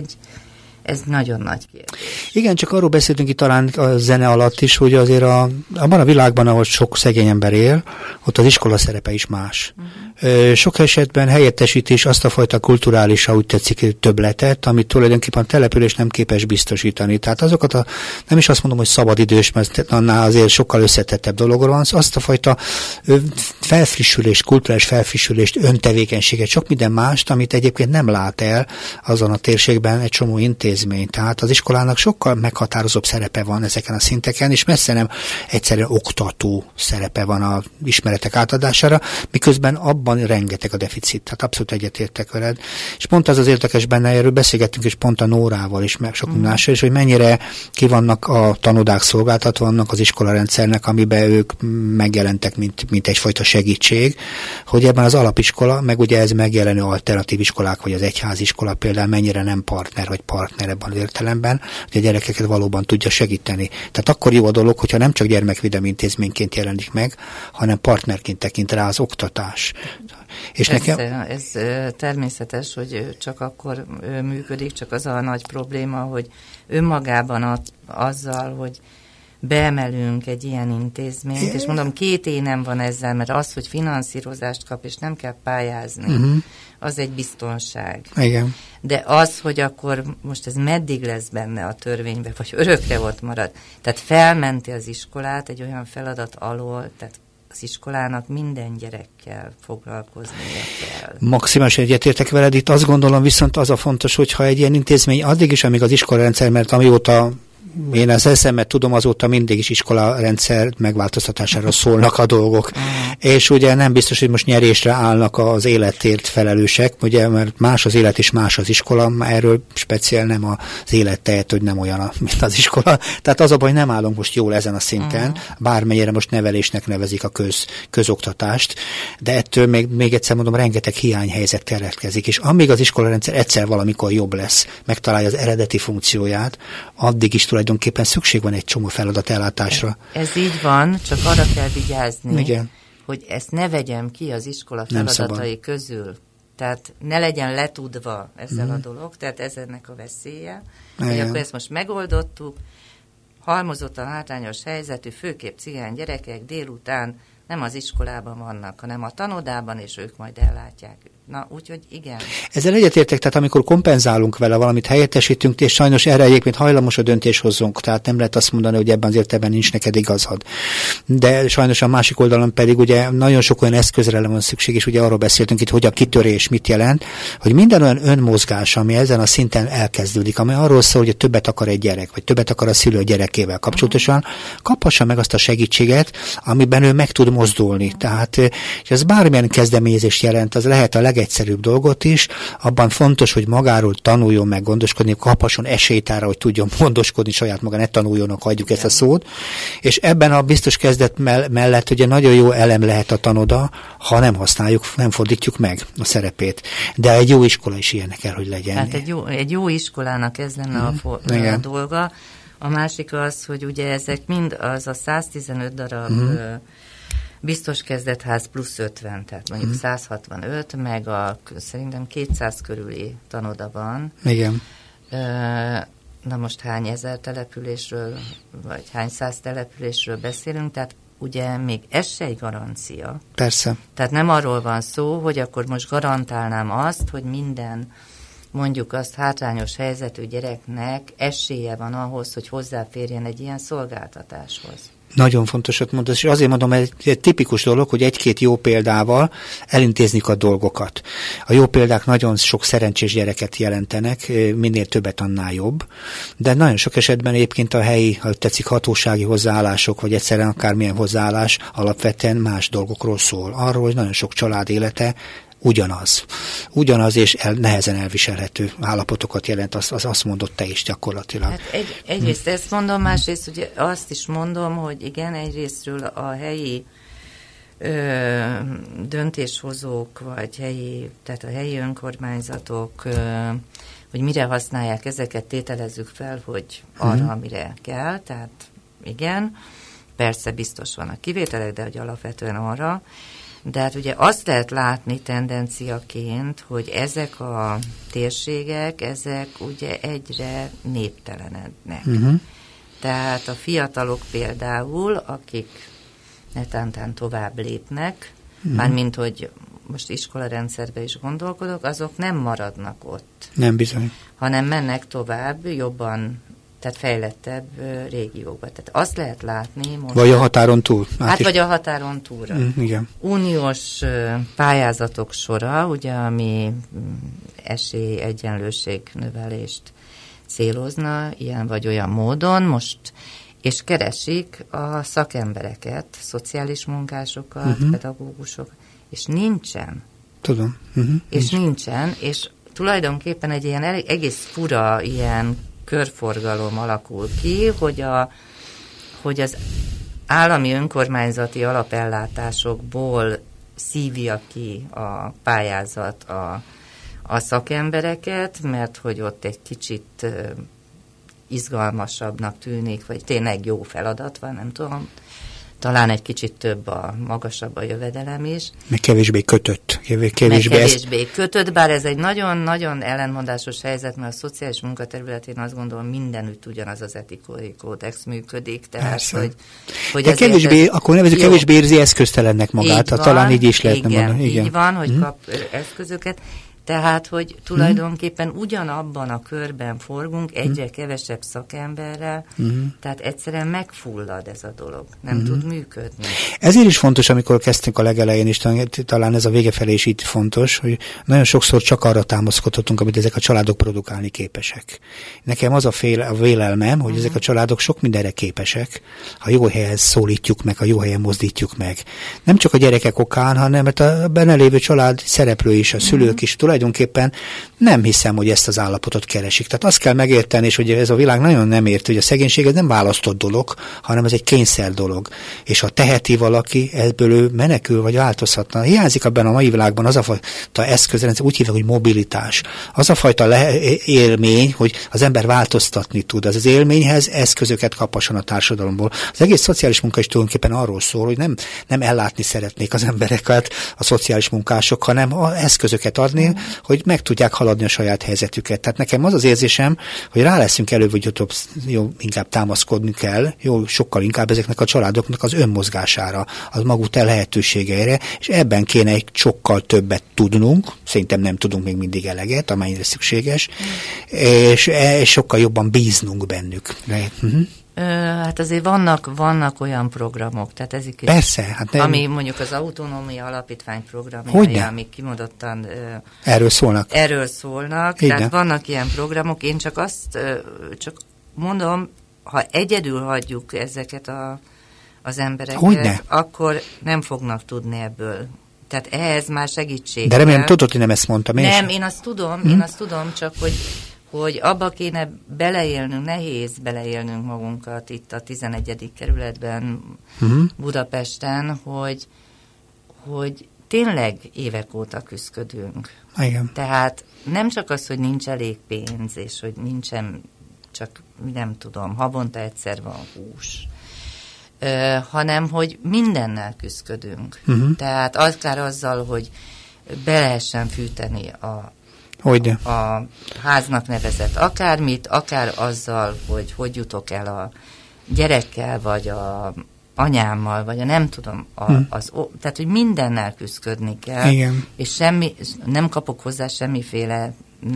ez nagyon nagy kérdés. Igen, csak arról beszéltünk itt talán a zene alatt is, hogy azért abban a világban, ahol sok szegény ember él, ott az iskola szerepe is más. Sok esetben helyettesítés azt a fajta kulturális, ha úgy tetszik, többletet, amit tulajdonképpen a település nem képes biztosítani. Tehát azokat nem is azt mondom, hogy szabadidős, mert annál azért sokkal összetettebb dologról van, azt a fajta felfrissülést, kulturális felfrissülést, öntevékenységet, sok minden mást, amit egyébként nem lát el azon a térségben egy csomó intézmény. Tehát az iskolának sokkal meghatározóbb szerepe van ezeken a szinteken, és messze nem egyszerűen oktató szerepe van a ismeretek átadására, miközben abban rengeteg a deficit. Tehát abszolút egyetértek veled. És pont az érdekes benne, erről beszélgettünk, és pont a Nórával is, meg sok mással is, hogy mennyire ki vannak a tanodák szolgáltatva annak az iskolarendszernek, amiben ők megjelentek, mint egyfajta segítség, hogy ebben az alapiskola, meg ugye ez megjelenő alternatív iskolák, vagy az egyháziskola például mennyire nem partner, vagy partner ebben az értelemben, hogy a gyerekeket valóban tudja segíteni. Tehát akkor jó a dolog, hogyha nem csak gyermekvédelmi intézményként jelenik meg, hanem partnerként tekint rá az oktatás. És persze, ez természetes, hogy csak akkor működik, csak az a nagy probléma, hogy önmagában azzal, hogy beemelünk egy ilyen intézményt, és mondom, 2 énem van ezzel, mert az, hogy finanszírozást kap, és nem kell pályázni, az egy biztonság. Igen. De az, hogy akkor most ez meddig lesz benne a törvénybe, vagy örökre ott marad. Tehát felmenti az iskolát egy olyan feladat alól, tehát az iskolának minden gyerekkel foglalkoznia kell. Maximálisan egyetértek veled, itt azt gondolom viszont az a fontos, hogyha egy ilyen intézmény addig is, amíg az iskolarendszer, mert amióta én az eszemet tudom, azóta mindig is iskolarendszer megváltoztatására szólnak a dolgok. És ugye nem biztos, hogy most nyerésre állnak az életért felelősek, ugye, mert más az élet és más az iskola, erről speciál nem az élet tehet, hogy nem olyan, mint az iskola. Tehát az a baj, nem állunk most jól ezen a szinten, bármennyire most nevelésnek nevezik a közoktatást, de ettől még egyszer mondom, rengeteg hiányhelyzet keletkezik, és amíg az iskolarendszer egyszer valamikor jobb lesz, megtalálja az eredeti funkcióját, addig is tulajdonképpen szükség van egy csomó feladat ellátásra. Ez így van, csak arra kell vigyázni, igen, hogy ezt ne vegyem ki az iskola feladatai közül. Tehát ne legyen letudva ezzel a dolog, tehát ez ennek a veszélye. Hogy akkor ezt most megoldottuk, halmozottan hátrányos helyzetű, főképp cigány gyerekek délután nem az iskolában vannak, hanem a tanodában, és ők majd ellátják. Na, úgyhogy igen. Ezzel egyetértek, tehát amikor kompenzálunk vele valamit, helyettesítünk, és sajnos erre egyébként hajlamos a döntés hozzunk, tehát nem lehet azt mondani, hogy ebben az értelemben nincs neked igazad. De sajnos a másik oldalon pedig ugye nagyon sok olyan eszközre van szükség, és ugye arról beszéltünk itt, hogy a kitörés mit jelent, hogy minden olyan önmozgás, ami ezen a szinten elkezdődik, ami arról szól, hogy többet akar egy gyerek, vagy többet akar a szülő a gyerekével kapcsolatosan, kaphassa meg azt a segítséget, amiben ő meg tud mozdulni. Tehát, és ez bármilyen kezdeményezést jelent, az lehet a legegyszerűbb dolgot is, abban fontos, hogy magáról tanuljon meg gondoskodni, kaphasson esélyt arra, hogy tudjon gondoskodni saját maga, ne tanuljonok, hagyjuk ezt a szót. És ebben a biztos kezdet mellett ugye nagyon jó elem lehet a tanoda, ha nem használjuk, nem fordítjuk meg a szerepét. De egy jó iskola is ilyenek kell, hogy legyen. Hát egy jó iskolának ez lenne a dolga. A másik az, hogy ugye ezek mind az a 115 darab biztos kezdetház plusz 50, tehát mondjuk 165, meg szerintem 200 körüli tanoda van. Igen. Na most hány ezer településről, vagy hány száz településről beszélünk, tehát ugye még ez se egy garancia. Persze. Tehát nem arról van szó, hogy akkor most garantálnám azt, hogy minden, mondjuk azt hátrányos helyzetű gyereknek esélye van ahhoz, hogy hozzáférjen egy ilyen szolgáltatáshoz. Nagyon fontosat mondasz, és azért mondom, ez egy tipikus dolog, hogy egy-két jó példával elintézni a dolgokat. A jó példák nagyon sok szerencsés gyereket jelentenek, minél többet, annál jobb, de nagyon sok esetben egyébként a helyi, ha tetszik, hatósági hozzáállások, vagy egyszerűen akármilyen hozzáállás alapvetően más dolgokról szól. Arról, hogy nagyon sok család élete ugyanaz és nehezen elviselhető állapotokat jelent, azt mondott te is gyakorlatilag. Hát egyrészt ezt mondom, másrészt ugye azt is mondom, hogy igen, egyrésztről a helyi döntéshozók, vagy tehát a helyi önkormányzatok, hogy mire használják ezeket, tételezzük fel, hogy arra, amire kell, tehát igen, persze biztos vannak kivételek, de hogy alapvetően arra. De hát ugye azt lehet látni tendenciaként, hogy ezek a térségek, ezek ugye egyre néptelenednek. Tehát a fiatalok például, akik netántán tovább lépnek, mármint hogy most iskolarendszerbe is gondolkodok, azok nem maradnak ott. Nem bizony. Hanem mennek tovább, jobban, tehát fejlettebb régiókba. Tehát azt lehet látni most... Vagy a határon túl. Vagy a határon túlra. Igen. Uniós pályázatok sora, ugye, ami esélyegyenlőség növelést célozna, ilyen vagy olyan módon most, és keresik a szakembereket, szociális munkásokat, pedagógusokat, és nincsen. Tudom. És nincsen, és tulajdonképpen egy ilyen egész fura ilyen körforgalom alakul ki, hogy az állami önkormányzati alapellátásokból szívja ki a pályázat a szakembereket, mert hogy ott egy kicsit izgalmasabbnak tűnik, vagy tényleg jó feladat van, nem tudom. Talán egy kicsit több magasabb a jövedelem is. Meg kevésbé kötött. Kevésbé kötött, bár ez egy nagyon-nagyon ellentmondásos helyzet, mert a szociális munkaterületén azt gondolom mindenütt ugyanaz az etikai kódex működik. Tehát, hogy de kevésbé, akkor nevezzük, kevésbé érzi eszköztelennek magát. Van, talán így is lehetne mondani. Igen, így van, hogy kap eszközöket. Tehát, hogy tulajdonképpen ugyanabban a körben forgunk, egyre kevesebb szakemberrel, tehát egyszerűen megfullad ez a dolog, nem tud működni. Ezért is fontos, amikor kezdtünk a legelején is, talán ez a vége felé is itt fontos, hogy nagyon sokszor csak arra támaszkodhatunk, amit ezek a családok produkálni képesek. Nekem az a vélelmem, hogy ezek a családok sok mindenre képesek, ha jó helyen szólítjuk meg, ha jó helyen mozdítjuk meg. Nem csak a gyerekek okán, hanem mert a benne lévő család szereplő is, a szülők is tulajdonképpen nem hiszem, hogy ezt az állapotot keresik. Tehát azt kell megérteni, és hogy ez a világ nagyon nem ért, hogy a szegénység ez nem választott dolog, hanem ez egy kényszer dolog. És ha teheti valaki, ebből ő menekül, vagy változhatna. Hiányzik abban a mai világban az a fajta eszközrendszer, úgy hívják, hogy mobilitás. Az a fajta élmény, hogy az ember változtatni tud. Az élményhez eszközöket kaphasson a társadalomból. Az egész szociális munka is tulajdonképpen arról szól, hogy nem ellátni szeretnék az embereket, a szociális munkások, hanem eszközöket adni, hogy meg tudják haladni a saját helyzetüket. Tehát nekem az az érzésem, hogy rá leszünk előbb, hogy inkább támaszkodni kell, sokkal inkább ezeknek a családoknak az önmozgására, az maguk lehetőségeire, és ebben kéne egy sokkal többet tudnunk, szerintem nem tudunk még mindig eleget, amennyire szükséges, és sokkal jobban bíznunk bennük. Hát azért vannak olyan programok, tehát ezek is, persze, hát nem, ami mondjuk az Autonómia Alapítvány programjai, amik kimondottan erről szólnak. Tehát vannak ilyen programok, én csak azt mondom, ha egyedül hagyjuk ezeket az embereket, akkor nem fognak tudni ebből tehát ehhez már segítség. De remélem tudod, hogy nem ezt mondtam. Nem, én azt tudom, csak hogy abba kéne beleélnünk, nehéz beleélnünk magunkat itt a 11. kerületben, Budapesten, hogy tényleg évek óta küzdködünk. Igen. Tehát nem csak az, hogy nincs elég pénz, és hogy nincsen, csak nem tudom, havonta egyszer van hús, hanem hogy mindennel küzdködünk. Tehát akár azzal, hogy be lehessen fűteni a háznak nevezett akármit, akár azzal, hogy jutok el a gyerekkel, vagy a anyámmal, vagy a nem tudom, tehát, hogy mindennel küzdködni kell, igen. És nem kapok hozzá semmiféle,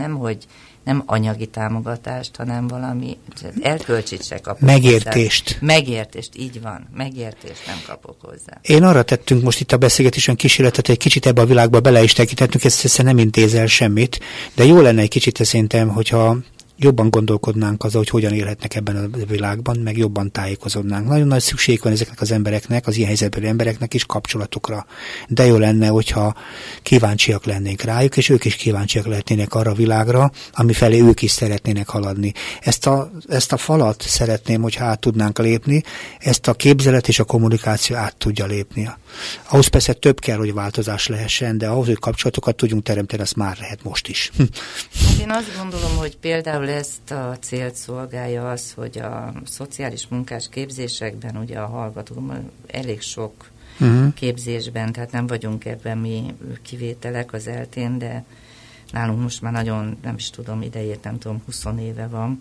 nem anyagi támogatást, hanem valami erkölcsit se kapok. Megértést. Hozzá. Megértést, így van. Megértést nem kapok hozzá. Én arra tettünk most itt a beszélgetésen kísérletet, egy kicsit ebbe a világba bele is tekintettünk, ezt nem intézel semmit, de jó lenne egy kicsit szerintem, hogyha jobban gondolkodnánk azzal, hogy hogyan élhetnek ebben a világban, meg jobban tájékozódnánk. Nagyon nagy szükség van ezeknek az embereknek, az ilyen helyzetbeli embereknek is kapcsolatokra. De jó lenne, hogyha kíváncsiak lennénk rájuk, és ők is kíváncsiak lehetnének arra a világra, amifelé ők is szeretnének haladni. Ezt a falat szeretném, hogyha át tudnánk lépni, ezt a képzelet és a kommunikáció át tudja lépni. Ahhoz persze több kell, hogy változás lehessen, de ahhoz, hogy kapcsolatokat tudjunk teremteni, azt már lehet most is. Én azt gondolom, hogy például ezt a célt szolgálja az, hogy a szociális munkás képzésekben ugye a hallgatók elég sok képzésben, tehát nem vagyunk ebben mi kivételek az eltén, de nálunk most már nagyon, nem is tudom, idejét nem tudom, 20 éve van,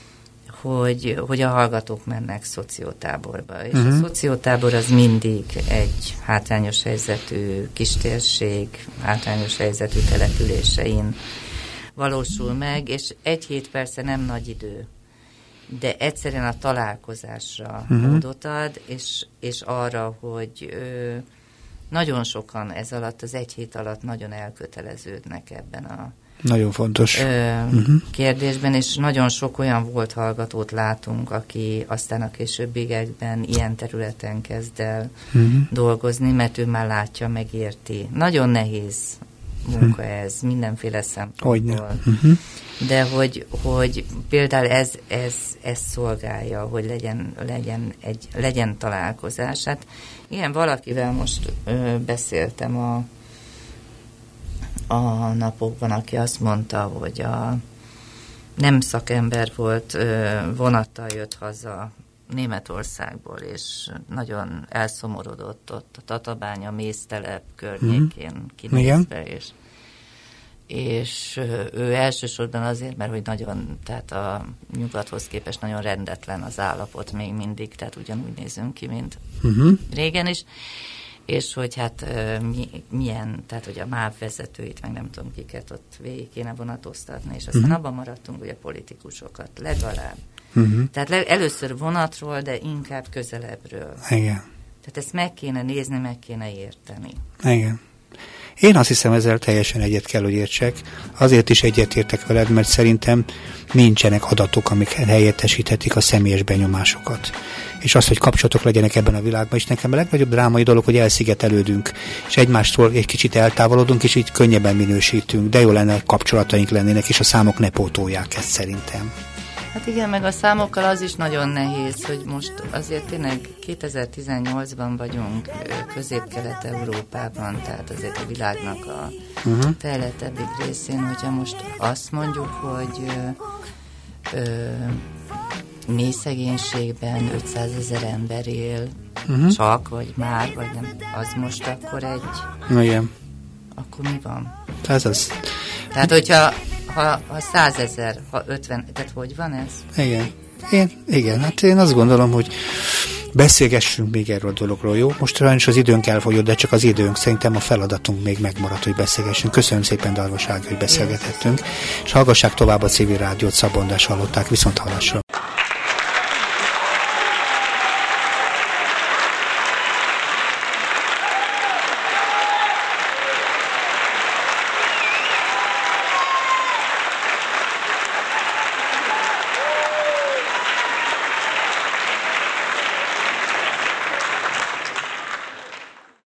hogy a hallgatók mennek szociótáborba. És a szociótábor az mindig egy hátrányos helyzetű kistérség, hátrányos helyzetű településein valósul meg, és egy hét persze nem nagy idő, de egyszerűen a találkozásra módot ad, és arra, hogy nagyon sokan ez alatt, az egy hét alatt nagyon elköteleződnek ebben a nagyon fontos kérdésben, és nagyon sok olyan volt hallgatót látunk, aki aztán a későbbiekben ilyen területen kezd el dolgozni, mert ő már látja, megérti. Nagyon nehéz munka ez, mindenféle szempontból. De hogy például ez szolgálja, hogy legyen találkozás. Hát ilyen valakivel most beszéltem a napokban, aki azt mondta, hogy nem szakember volt, vonattal jött haza Németországból, és nagyon elszomorodott ott a Tatabánya mésztelep környékén kinézve, és ő elsősorban azért, mert hogy nagyon, tehát a nyugathoz képest nagyon rendetlen az állapot még mindig, tehát ugyanúgy nézünk ki, mint régen is, és hogy hát milyen, tehát hogy a MÁV vezetőit, meg nem tudom kiket ott végig kéne vonatoztatni, és aztán abban maradtunk, hogy a politikusokat legalább. Tehát először vonatról, de inkább közelebbről. Igen. Tehát ezt meg kéne nézni, meg kéne érteni. Igen. Én azt hiszem, ezzel teljesen egyet kell, hogy értsek. Azért is egyetértek veled, mert szerintem nincsenek adatok, amik helyettesíthetik a személyes benyomásokat. És az, hogy kapcsolatok legyenek ebben a világban, és nekem a legnagyobb drámai dolog, hogy elszigetelődünk, és egymástól egy kicsit eltávolodunk, és így könnyebben minősítünk, de jó lenne, kapcsolataink lennének, és a számok ne pótolják ezt szerintem. Hát igen, meg a számokkal az is nagyon nehéz, hogy most azért tényleg 2018-ban vagyunk Közép-Kelet-Európában, tehát azért a világnak a fejlettebbik részén, hogyha most azt mondjuk, hogy mély szegénységben 500 000 ember él, csak, vagy már, vagy nem, az most akkor igen. Akkor mi van? Ez az. Tehát, hogyha ha 100 000, ha 50, tehát hogy van ez? Igen, hát én azt gondolom, hogy beszélgessünk még erről a dologról, jó? Most sajnos az időnk elfogyott, de csak az időnk, szerintem a feladatunk még megmaradt, hogy beszélgessünk. Köszönöm szépen, Darvas Ági, hogy beszélgethettünk, és hallgassák tovább a Civil Rádiót, Szabó Andrást hallották, viszont hallásra.